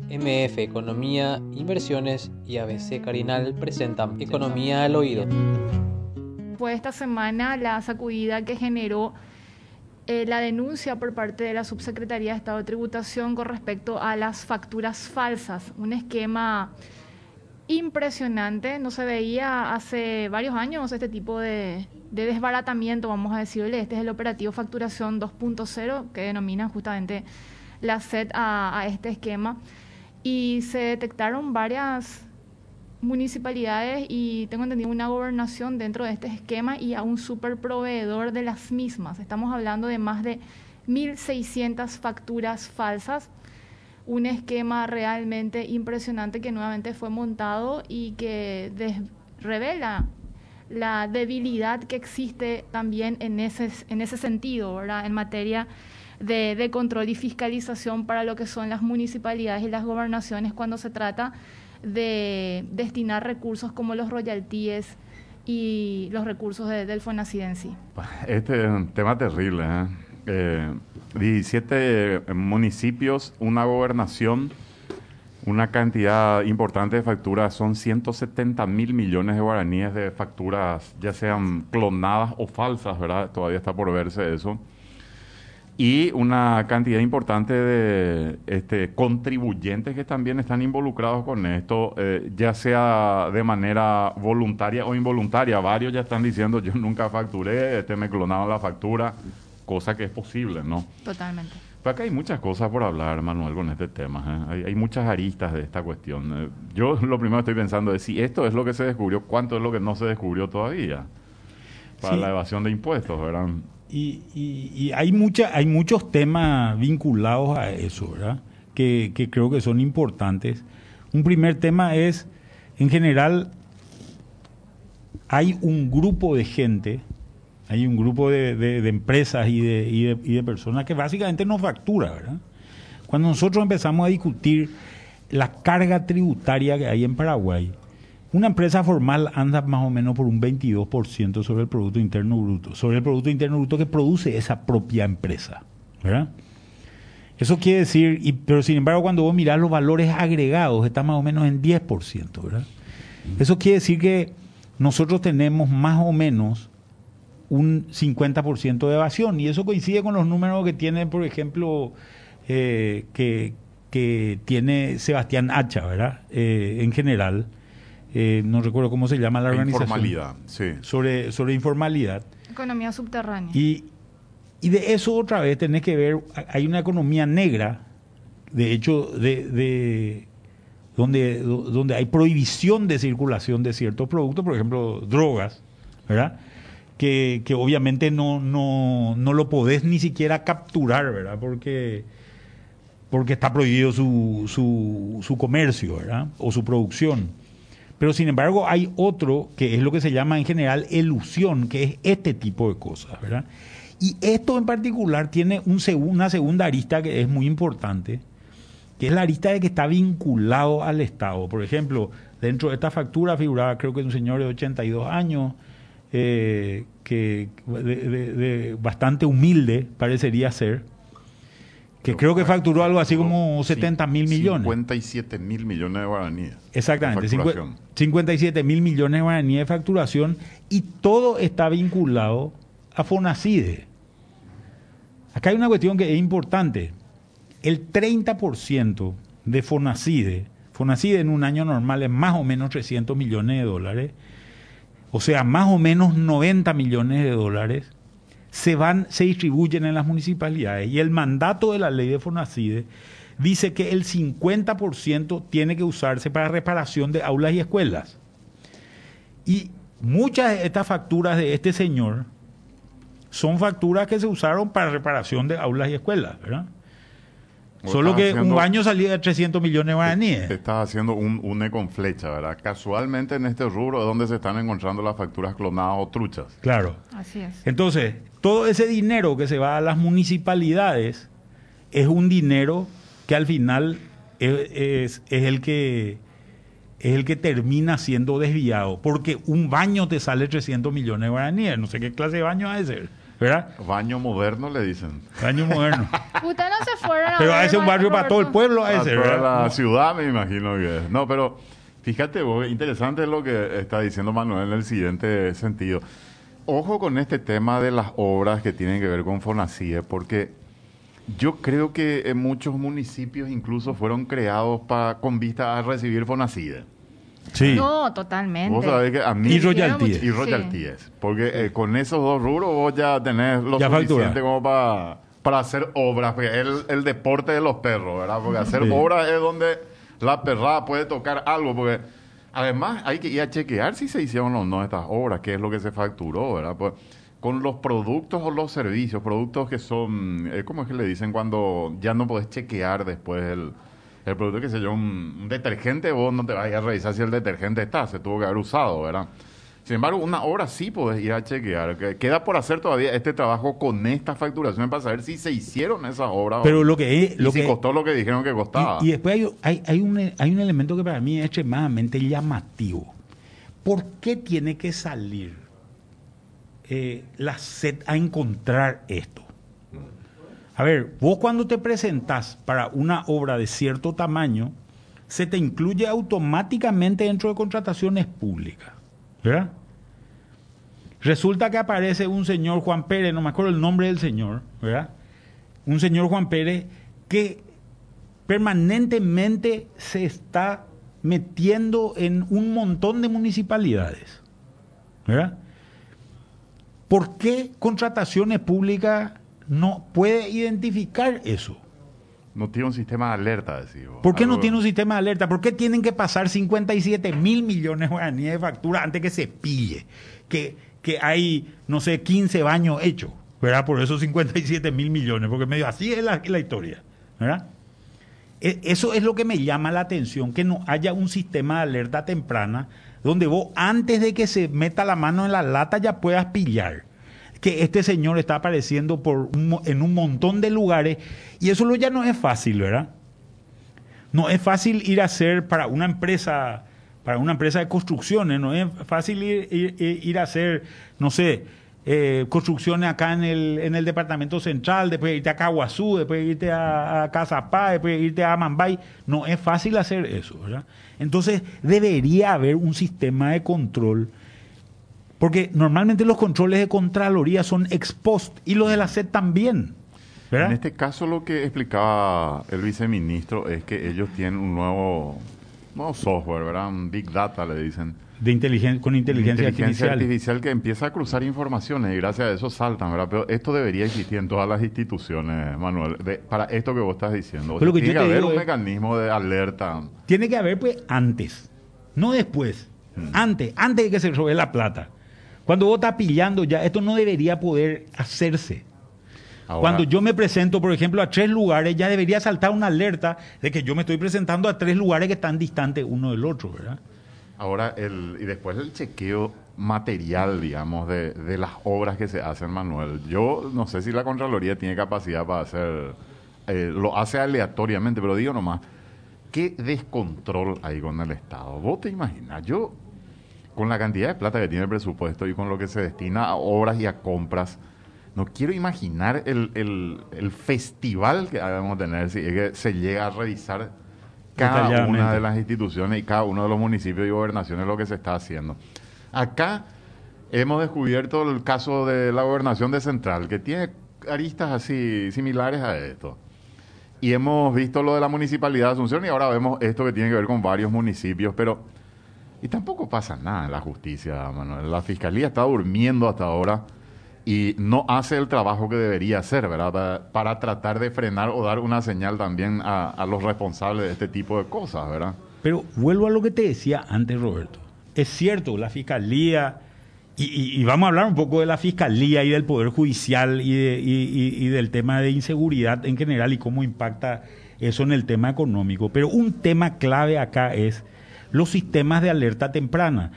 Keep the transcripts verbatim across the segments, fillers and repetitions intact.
M F Economía, Inversiones y A B C Carinal presentan Economía al Oído. Fue esta semana la sacudida que generó eh, la denuncia por parte de la Subsecretaría de Estado de Tributación con respecto a las facturas falsas, un esquema impresionante. No se veía hace varios años este tipo de, de desbaratamiento, vamos a decirle. Este es el operativo Facturación dos punto cero, que denomina justamente la S E D a, a este esquema. Y se detectaron varias municipalidades y tengo entendido una gobernación dentro de este esquema y a un superproveedor de las mismas. Estamos hablando de más de mil seiscientas facturas falsas. Un esquema realmente impresionante que nuevamente fue montado y que des- revela la debilidad que existe también en ese, en ese sentido, ¿verdad? En materia de, de control y fiscalización para lo que son las municipalidades y las gobernaciones cuando se trata de destinar recursos como los royalties y los recursos de, del FONACID en sí. Este es un tema terrible, ¿eh? Eh, diecisiete municipios, una gobernación, una cantidad importante de facturas, son ciento setenta mil millones de guaraníes de facturas, ya sean clonadas o falsas, ¿verdad? Todavía está por verse eso. Y una cantidad importante de este, contribuyentes que también están involucrados con esto, eh, ya sea de manera voluntaria o involuntaria. Varios ya están diciendo, yo nunca facturé, este, me clonaron la factura, cosa que es posible, ¿no? Totalmente. Pero acá hay muchas cosas por hablar, Manuel, con este tema, ¿eh? Hay, hay muchas aristas de esta cuestión. Eh, yo lo primero que estoy pensando es, si esto es lo que se descubrió, ¿cuánto es lo que no se descubrió todavía? Para Sí. la evasión de impuestos, ¿verdad? Y, y, y hay mucha, hay muchos temas vinculados a eso, ¿verdad? Que, que creo que son importantes. Un primer tema es, en general, hay un grupo de gente, hay un grupo de, de, de empresas y de, y, de, y de personas que básicamente no factura, ¿verdad? Cuando nosotros empezamos a discutir la carga tributaria que hay en Paraguay, una empresa formal anda más o menos por un veintidós por ciento sobre el Producto Interno Bruto, sobre el Producto Interno Bruto que produce esa propia empresa, ¿verdad? Eso quiere decir, y, pero sin embargo cuando vos mirás los valores agregados, está más o menos en diez por ciento, ¿verdad? Eso quiere decir que nosotros tenemos más o menos un cincuenta por ciento de evasión, y eso coincide con los números que tiene, por ejemplo, eh, que, que tiene Sebastián Hacha, ¿verdad? Eh, en general. Eh, no recuerdo cómo se llama la organización. Informalidad, sí. Sobre, sobre informalidad. Economía subterránea. Y, y de eso otra vez tenés que ver, hay una economía negra, de hecho, de, de donde, donde hay prohibición de circulación de ciertos productos, por ejemplo, drogas, ¿verdad? Que, que obviamente no, no, no lo podés ni siquiera capturar, ¿verdad? Porque, porque está prohibido su, su, su comercio, ¿verdad? O su producción. Pero sin embargo hay otro que es lo que se llama en general elusión, que es este tipo de cosas, ¿verdad? Y esto en particular tiene un seg- una segunda arista que es muy importante, que es la arista de que está vinculado al Estado. Por ejemplo, dentro de esta factura figuraba creo que un señor de ochenta y dos años, eh, que de, de, de bastante humilde parecería ser, que creo que facturó algo así como setenta mil millones. cincuenta y siete mil millones de guaraníes. Exactamente, De facturación. cincuenta y siete mil millones de guaraníes de facturación, y todo está vinculado a FONACIDE. Acá hay una cuestión que es importante. El treinta por ciento de FONACIDE, FONACIDE en un año normal es más o menos trescientos millones de dólares, o sea, más o menos noventa millones de dólares, se van, se distribuyen en las municipalidades, y el mandato de la ley de FONACIDE dice que el cincuenta por ciento tiene que usarse para reparación de aulas y escuelas. Y muchas de estas facturas de este señor son facturas que se usaron para reparación de aulas y escuelas, ¿verdad? Vos Solo estás que haciendo- un baño salía de trescientos millones de Te guaraníes. estás haciendo un une con flecha, ¿verdad? Casualmente en este rubro es donde se están encontrando las facturas clonadas o truchas. Claro. Así es. Entonces, todo ese dinero que se va a las municipalidades es un dinero que al final es, es, es el que es el que termina siendo desviado, porque un baño te sale trescientos millones de guaraníes, no sé qué clase de baño ha de ser, ¿verdad? Baño moderno le dicen. Baño moderno. Ustedes no se fueron a Pero ver, ese es un barrio para todo el pueblo, a A ese, toda ¿verdad? la ciudad me imagino que es. No, pero fíjate vos, interesante lo que está diciendo Manuel en el siguiente sentido. Ojo con este tema de las obras que tienen que ver con Fonacide, porque yo creo que en muchos municipios incluso fueron creados pa, con vista a recibir Fonacide. Sí. No, totalmente. Vos sabés que a mí... Y royalties. Y royalties. Porque eh, con esos dos rubros vos ya tenés lo Ya suficiente factura. como para para hacer obras. Porque es el, el deporte de los perros, ¿verdad? Porque hacer Sí. obras es donde la perrada puede tocar algo. Porque además hay que ir a chequear si se hicieron o no estas obras, qué es lo que se facturó, ¿verdad? Pues con los productos o los servicios, productos que son, eh, ¿cómo es que le dicen cuando ya no podés chequear después el... El producto, que sé yo, un, un detergente, vos no te vas a ir a revisar si el detergente está, se tuvo que haber usado, ¿verdad? Sin embargo, una hora sí podés ir a chequear. Que queda por hacer todavía este trabajo con esta facturación para saber si se hicieron esas obras Pero o, lo que es... y Lo si que, costó lo que dijeron que costaba. y, y después hay, hay, hay, un, hay un elemento que para mí es extremadamente llamativo. ¿Por qué tiene que salir eh, la S E D a encontrar esto? A ver, vos cuando te presentás para una obra de cierto tamaño, se te incluye automáticamente dentro de contrataciones públicas, ¿verdad? Resulta que aparece un señor Juan Pérez, no me acuerdo el nombre del señor, ¿verdad? Un señor Juan Pérez que permanentemente se está metiendo en un montón de municipalidades, ¿verdad? ¿Por qué contrataciones públicas no puede identificar eso? No tiene un sistema de alerta, decimos. ¿Por qué no Algo- tiene un sistema de alerta? ¿Por qué tienen que pasar cincuenta y siete mil millones de guaraníes de factura antes que se pille? Que, que hay, no sé, quince baños hechos, ¿verdad? Por esos cincuenta y siete mil millones, porque medio así es la, la historia, ¿verdad? E- Eso es lo que me llama la atención, que no haya un sistema de alerta temprana donde vos, antes de que se meta la mano en la lata, ya puedas pillar que este señor está apareciendo por un mo- en un montón de lugares, y eso lo ya no es fácil, ¿verdad? No es fácil ir a hacer para una empresa, para una empresa de construcciones, no es fácil ir, ir- ir a hacer, no sé, eh, construcciones acá en el, en el departamento central, después irte a Caguazú, después irte a, a Cazapá, después irte a Mambay. No es fácil hacer eso, ¿verdad? Entonces debería haber un sistema de control, porque normalmente los controles de Contraloría son ex post y los de la S E D también, ¿verdad? En este caso lo que explicaba el viceministro es que ellos tienen un nuevo, nuevo software, ¿verdad? Un Big Data le dicen. De inteligen- con inteligencia, artificial. artificial que empieza a cruzar informaciones y gracias a eso saltan, ¿verdad? Pero esto debería existir en todas las instituciones, Manuel, de- para esto que vos estás diciendo. O Pero sea, lo que tiene yo que te haber digo un es- mecanismo de alerta. Tiene que haber, pues, antes, no después. Antes, antes de que se robe la plata. Cuando vos estás pillando ya, esto no debería poder hacerse. Ahora, Cuando yo me presento, por ejemplo, a tres lugares, ya debería saltar una alerta de que yo me estoy presentando a tres lugares que están distantes uno del otro, ¿verdad? ahora el, y después el chequeo material, digamos, de, de las obras que se hacen, Manuel. Yo no sé si la Contraloría tiene capacidad para hacer, eh, lo hace aleatoriamente, pero digo nomás, ¿qué descontrol hay con el Estado? ¿Vos te imaginas? Yo, con la cantidad de plata que tiene el presupuesto y con lo que se destina a obras y a compras, no quiero imaginar el, el, el festival que vamos a tener si es que se llega a revisar cada Detalladamente. una de las instituciones y cada uno de los municipios y gobernaciones lo que se está haciendo. Acá hemos descubierto el caso de la gobernación de Central, que tiene aristas así similares a esto. Y hemos visto lo de la Municipalidad de Asunción y ahora vemos esto que tiene que ver con varios municipios, pero... Y tampoco pasa nada en la justicia, Manuel. La Fiscalía está durmiendo hasta ahora y no hace el trabajo que debería hacer, ¿verdad? Para, para tratar de frenar o dar una señal también a, a los responsables de este tipo de cosas, ¿verdad? Pero vuelvo a lo que te decía antes, Roberto. Es cierto, la Fiscalía, y, y- y vamos a hablar un poco de la Fiscalía y del Poder Judicial y, de- y- y- y del tema de inseguridad en general y cómo impacta eso en el tema económico. Pero un tema clave acá es los sistemas de alerta temprana.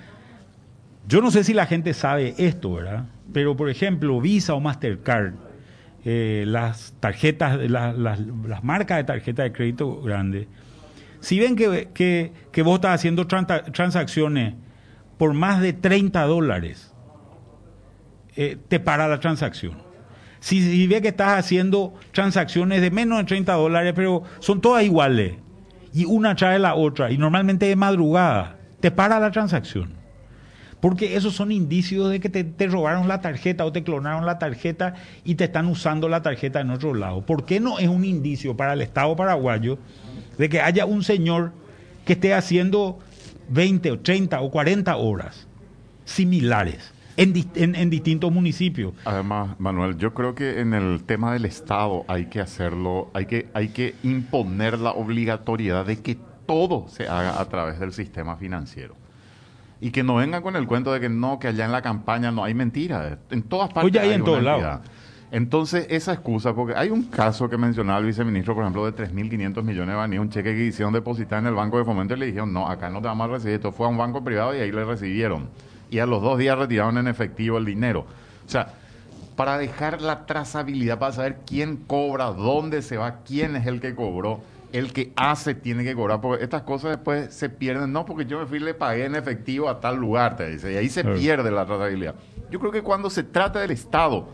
Yo no sé si la gente sabe esto, ¿verdad? Pero, por ejemplo, Visa o Mastercard, eh, las tarjetas, las, las- las marcas de tarjeta de crédito grandes, si ven que, que, que vos estás haciendo tranta- transacciones por más de treinta dólares, eh, te para la transacción. Si, si ve que estás haciendo transacciones de menos de treinta dólares, pero son todas iguales, y una trae la otra, y normalmente de madrugada, te para la transacción. Porque esos son indicios de que te, te robaron la tarjeta o te clonaron la tarjeta y te están usando la tarjeta en otro lado. ¿Por qué no es un indicio para el Estado paraguayo de que haya un señor que esté haciendo veinte o treinta o cuarenta horas similares en, en, en distintos municipios? Además, Manuel, yo creo que en el tema del Estado hay que hacerlo, hay que, hay que imponer la obligatoriedad de que todo se haga a través del sistema financiero. Y que no vengan con el cuento de que no, que allá en la campaña no hay mentiras. En todas partes Oye, hay, hay en una todos entidad. lados. Entonces, esa excusa, porque hay un caso que mencionaba el viceministro, por ejemplo, de tres mil quinientos millones de baníes, un cheque que hicieron depositar en el Banco de Fomento y le dijeron, no, acá no te vamos a recibir, esto fue a un banco privado y ahí le recibieron. Y a los dos días retiraron en efectivo el dinero. O sea, para dejar la trazabilidad, para saber quién cobra, dónde se va, quién es el que cobró, el que hace tiene que cobrar, porque estas cosas después se pierden, no, porque yo me fui y le pagué en efectivo a tal lugar, te dice, y ahí se Claro. pierde la trazabilidad. Yo creo que cuando se trata del Estado,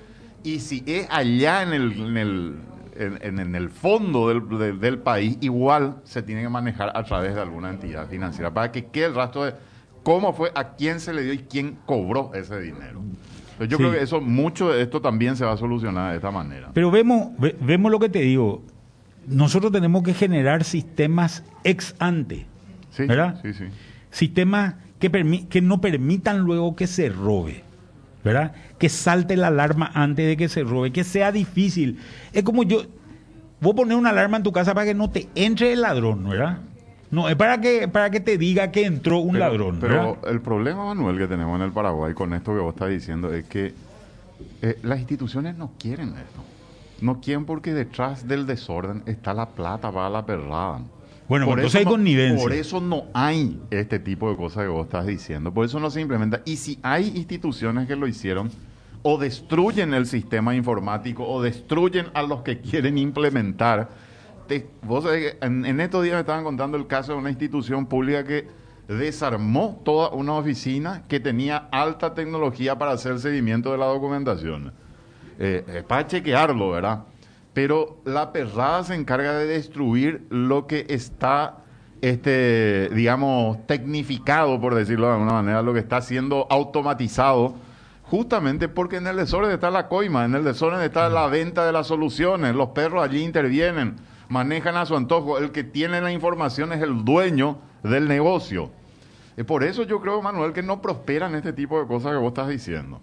y si es allá en el, en el, en, en- en el fondo del, de- del país, igual se tiene que manejar a través de alguna entidad financiera, para que quede el rastro de cómo fue, a quién se le dio y quién cobró ese dinero. Entonces yo Sí. creo que eso, mucho de esto también se va a solucionar de esta manera. Pero vemos, ve- vemos lo que te digo. Nosotros tenemos que generar sistemas ex ante, Sí, ¿verdad? sí, sí. Sistemas que, permi- que no permitan luego que se robe, ¿verdad? Que salte la alarma antes de que se robe, que sea difícil. Es como yo, vos pones una alarma en tu casa para que no te entre el ladrón, ¿verdad? No, es para que, para que te diga que entró un Pero- ladrón, Pero ¿verdad? el problema, Manuel, que tenemos en el Paraguay con esto que vos estás diciendo es que eh, las instituciones no quieren esto. No quieren porque detrás del desorden está la plata para la perrada. Bueno, Por entonces eso hay no- connivencia. Por eso no hay este tipo de cosas que vos estás diciendo. Por eso no se implementa. Y si hay instituciones que lo hicieron, o destruyen el sistema informático, o destruyen a los que quieren implementar. Te- vos sabés que en, en estos días me estaban contando el caso de una institución pública que desarmó toda una oficina que tenía alta tecnología para hacer el seguimiento de la documentación. Eh, es para chequearlo, ¿verdad? Pero la perrada se encarga de destruir lo que está, este, digamos, tecnificado, por decirlo de alguna manera, lo que está siendo automatizado, justamente porque en el desorden está la coima, en el desorden está la venta de las soluciones, los perros allí intervienen, manejan a su antojo, el que tiene la información es el dueño del negocio. Y por eso yo creo, Manuel, que no prosperan este tipo de cosas que vos estás diciendo.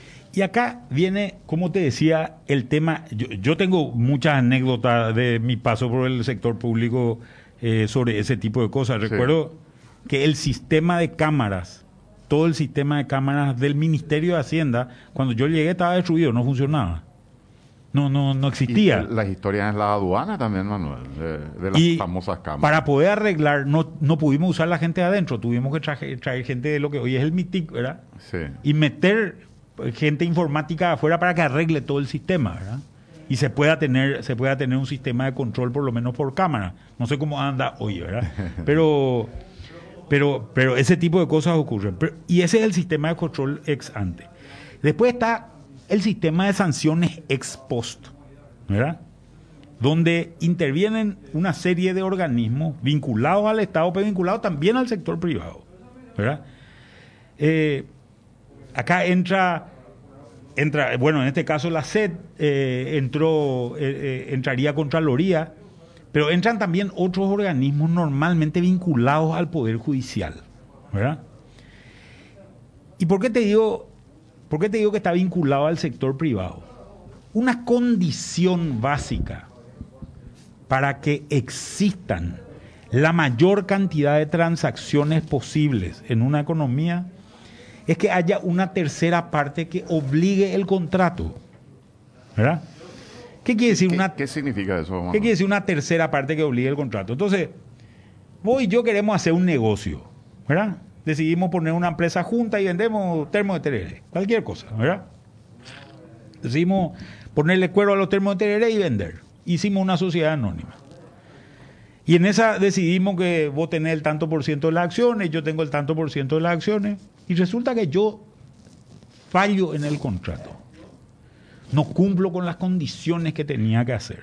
Y acá viene, como te decía, el tema. Yo, yo tengo muchas anécdotas de mi paso por el sector público eh, sobre ese tipo de cosas. Sí. Recuerdo que el sistema de cámaras, todo el sistema de cámaras del Ministerio de Hacienda, cuando yo llegué estaba destruido, no funcionaba. No, no, no existía. Y las historias en la aduana también, Manuel, de, de las Y famosas cámaras. para poder arreglar, no, no pudimos usar la gente de adentro, tuvimos que traje- traer gente de lo que hoy es el MITIC, ¿verdad? Sí. Y meter gente informática afuera para que arregle todo el sistema, ¿verdad? Y se pueda tener, se pueda tener un sistema de control por lo menos por cámara. No sé cómo anda hoy, ¿verdad? Pero, pero, pero ese tipo de cosas ocurren. Pero- y ese es el sistema de control ex ante. Después está el sistema de sanciones ex post, ¿verdad? Donde intervienen una serie de organismos vinculados al Estado, pero vinculados también al sector privado, ¿verdad? Eh, acá entra, entra, bueno, en este caso la S E D eh, entró, eh, eh, entraría Contraloría, pero entran también otros organismos normalmente vinculados al Poder Judicial, ¿verdad? ¿Y por qué te digo, por qué te digo que está vinculado al sector privado? Una condición básica para que existan la mayor cantidad de transacciones posibles en una economía es que haya una tercera parte que obligue el contrato, ¿verdad? ¿Qué quiere decir ¿Qué, una qué significa eso, Manuel? ¿Qué quiere decir una tercera parte que obligue el contrato? Entonces, vos y yo queremos hacer un negocio, ¿verdad? Decidimos poner una empresa junta y vendemos termos de tereré, cualquier cosa, ¿verdad? Decidimos ponerle cuero a los termos de tereré y vender. Hicimos una sociedad anónima. Y en esa decidimos que vos tenés el tanto por ciento de las acciones, yo tengo el tanto por ciento de las acciones, y resulta que yo fallo en el contrato. no cumplo con las condiciones que tenía que hacer.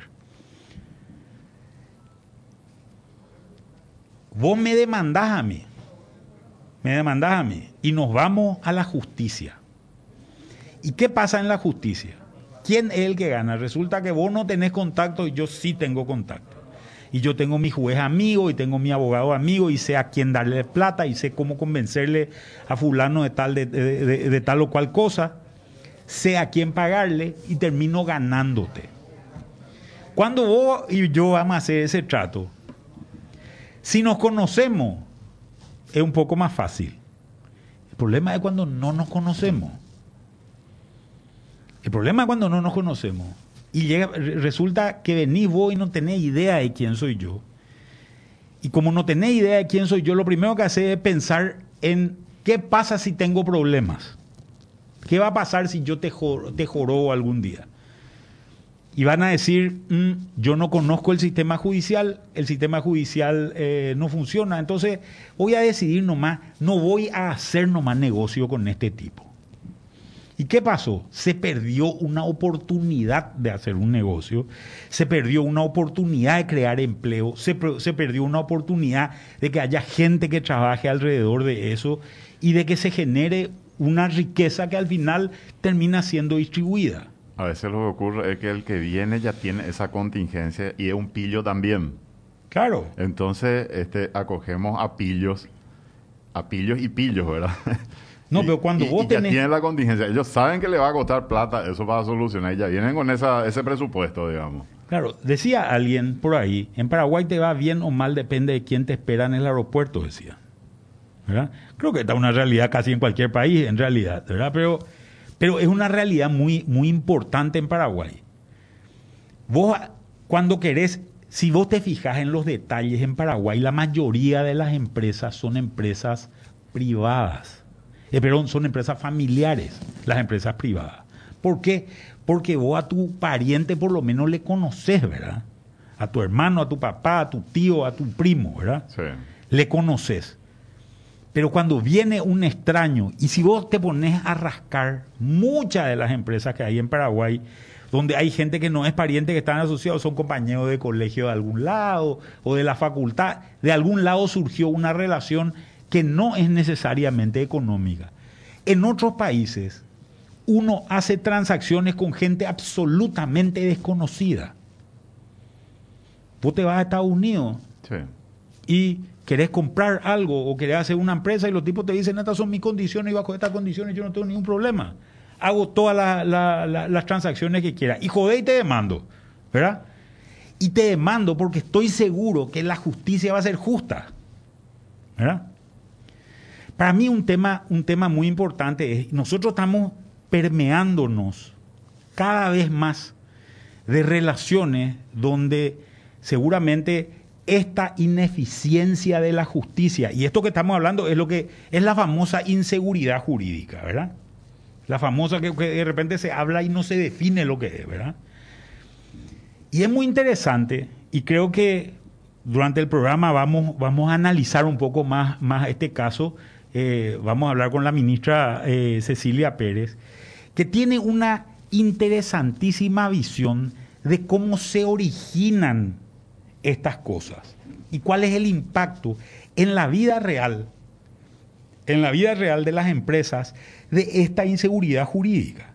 Vos me demandás a mí, me demandás a mí, y nos vamos a la justicia. ¿Y qué pasa en la justicia? ¿Quién es el que gana? Resulta que vos no tenés contacto y yo sí tengo contacto. Y yo tengo mi juez amigo y tengo mi abogado amigo y sé a quién darle plata y sé cómo convencerle a fulano de tal, de, de, de, de tal o cual cosa. Sé a quién pagarle y termino ganándote. Cuando vos y yo vamos a hacer ese trato, si nos conocemos, es un poco más fácil. El problema es cuando no nos conocemos. El problema es cuando no nos conocemos. Y llega, resulta que venís vos y no tenés idea de quién soy yo. Y como no tenés idea de quién soy yo, lo primero que haces es pensar en qué pasa si tengo problemas. ¿Qué va a pasar si yo te, jor, te jorobo algún día? Y van a decir, mm, yo no conozco el sistema judicial, el sistema judicial eh, no funciona, entonces voy a decidir nomás, no voy a hacer nomás negocio con este tipo. ¿Y qué pasó? Se perdió una oportunidad de hacer un negocio, se perdió una oportunidad de crear empleo, se, se perdió una oportunidad de que haya gente que trabaje alrededor de eso y de que se genere una riqueza que al final termina siendo distribuida. A veces lo que ocurre es que el que viene ya tiene esa contingencia y es un pillo también. Claro. Entonces, este, acogemos a pillos, a pillos y pillos, ¿verdad? No, y, pero cuando y, vos y tenés... ya tienen la contingencia. Ellos saben que le va a costar plata eso para solucionar y ya vienen con esa, ese presupuesto, digamos. Claro, decía alguien por ahí, en Paraguay te va bien o mal, depende de quién te espera en el aeropuerto, decía. ¿Verdad? Creo que está una realidad casi en cualquier país, en realidad, ¿verdad? Pero, pero es una realidad muy, muy importante en Paraguay. Vos, cuando querés, si vos te fijas en los detalles, en Paraguay la mayoría de las empresas son empresas privadas. Eh, perdón, son empresas familiares, las empresas privadas. ¿Por qué? Porque vos a tu pariente por lo menos le conoces, ¿verdad? A tu hermano, a tu papá, a tu tío, a tu primo, ¿verdad? Sí. Le conoces. Pero cuando viene un extraño, y si vos te pones a rascar muchas de las empresas que hay en Paraguay, donde hay gente que no es pariente, que están asociados, son compañeros de colegio de algún lado o de la facultad, de algún lado surgió una relación que no es necesariamente económica. En otros países, uno hace transacciones con gente absolutamente desconocida. Vos te vas a Estados Unidos Sí. y querés comprar algo o querés hacer una empresa y los tipos te dicen, estas son mis condiciones y bajo estas condiciones yo no tengo ningún problema. Hago todas la, la, la, las transacciones que quiera. Y joder, y te demando, ¿verdad? Y te demando porque estoy seguro que la justicia va a ser justa, ¿verdad? Para mí un tema, un tema muy importante es, nosotros estamos permeándonos cada vez más de relaciones donde seguramente esta ineficiencia de la justicia, y esto que estamos hablando es lo que es la famosa inseguridad jurídica, ¿verdad? La famosa que, que de repente se habla y no se define lo que es, ¿verdad? Y es muy interesante, y creo que durante el programa vamos, vamos a analizar un poco más, más este caso. Eh, vamos a hablar con la ministra eh, Cecilia Pérez, que tiene una interesantísima visión de cómo se originan estas cosas y cuál es el impacto en la vida real, en la vida real de las empresas de esta inseguridad jurídica.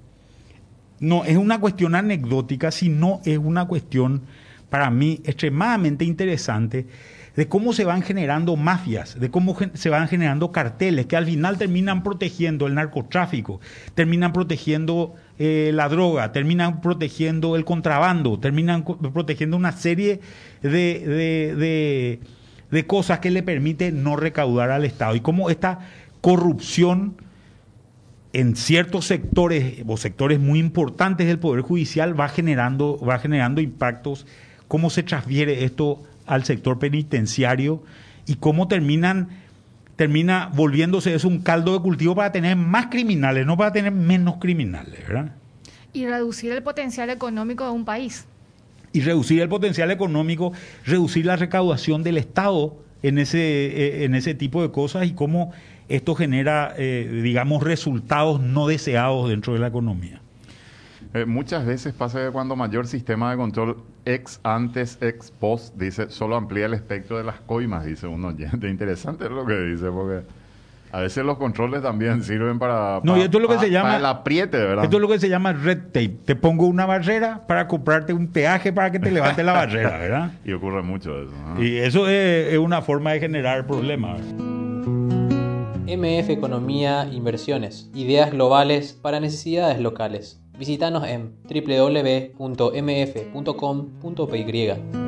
No es una cuestión anecdótica, sino es una cuestión para mí extremadamente interesante de cómo se van generando mafias, de cómo se van generando carteles que al final terminan protegiendo el narcotráfico, terminan protegiendo eh, la droga, terminan protegiendo el contrabando, terminan co- protegiendo una serie de, de, de, de cosas que le permiten no recaudar al Estado. Y cómo esta corrupción en ciertos sectores o sectores muy importantes del Poder Judicial va generando, va generando impactos, cómo se transfiere esto al sector penitenciario y cómo terminan termina volviéndose eso un caldo de cultivo para tener más criminales, no para tener menos criminales, ¿verdad? Y reducir el potencial económico de un país. Y reducir el potencial económico, reducir la recaudación del Estado en ese, en ese tipo de cosas y cómo esto genera, eh, digamos, resultados no deseados dentro de la economía. Eh, muchas veces pasa que cuando mayor sistema de control ex antes, ex post, dice, solo amplía el espectro de las coimas, dice un oyente. Interesante es lo que dice, porque a veces los controles también sirven para, No, pa- y esto es lo que pa- se llama- para el apriete, ¿verdad? Esto es lo que se llama red tape. Te pongo una barrera para comprarte un peaje para que te levante la barrera, ¿verdad? Y ocurre mucho eso, ¿no? Y eso es, es una forma de generar problemas. M F Economía Inversiones. Ideas globales para necesidades locales. Visítanos en doble u doble u doble u punto m f punto com punto p y.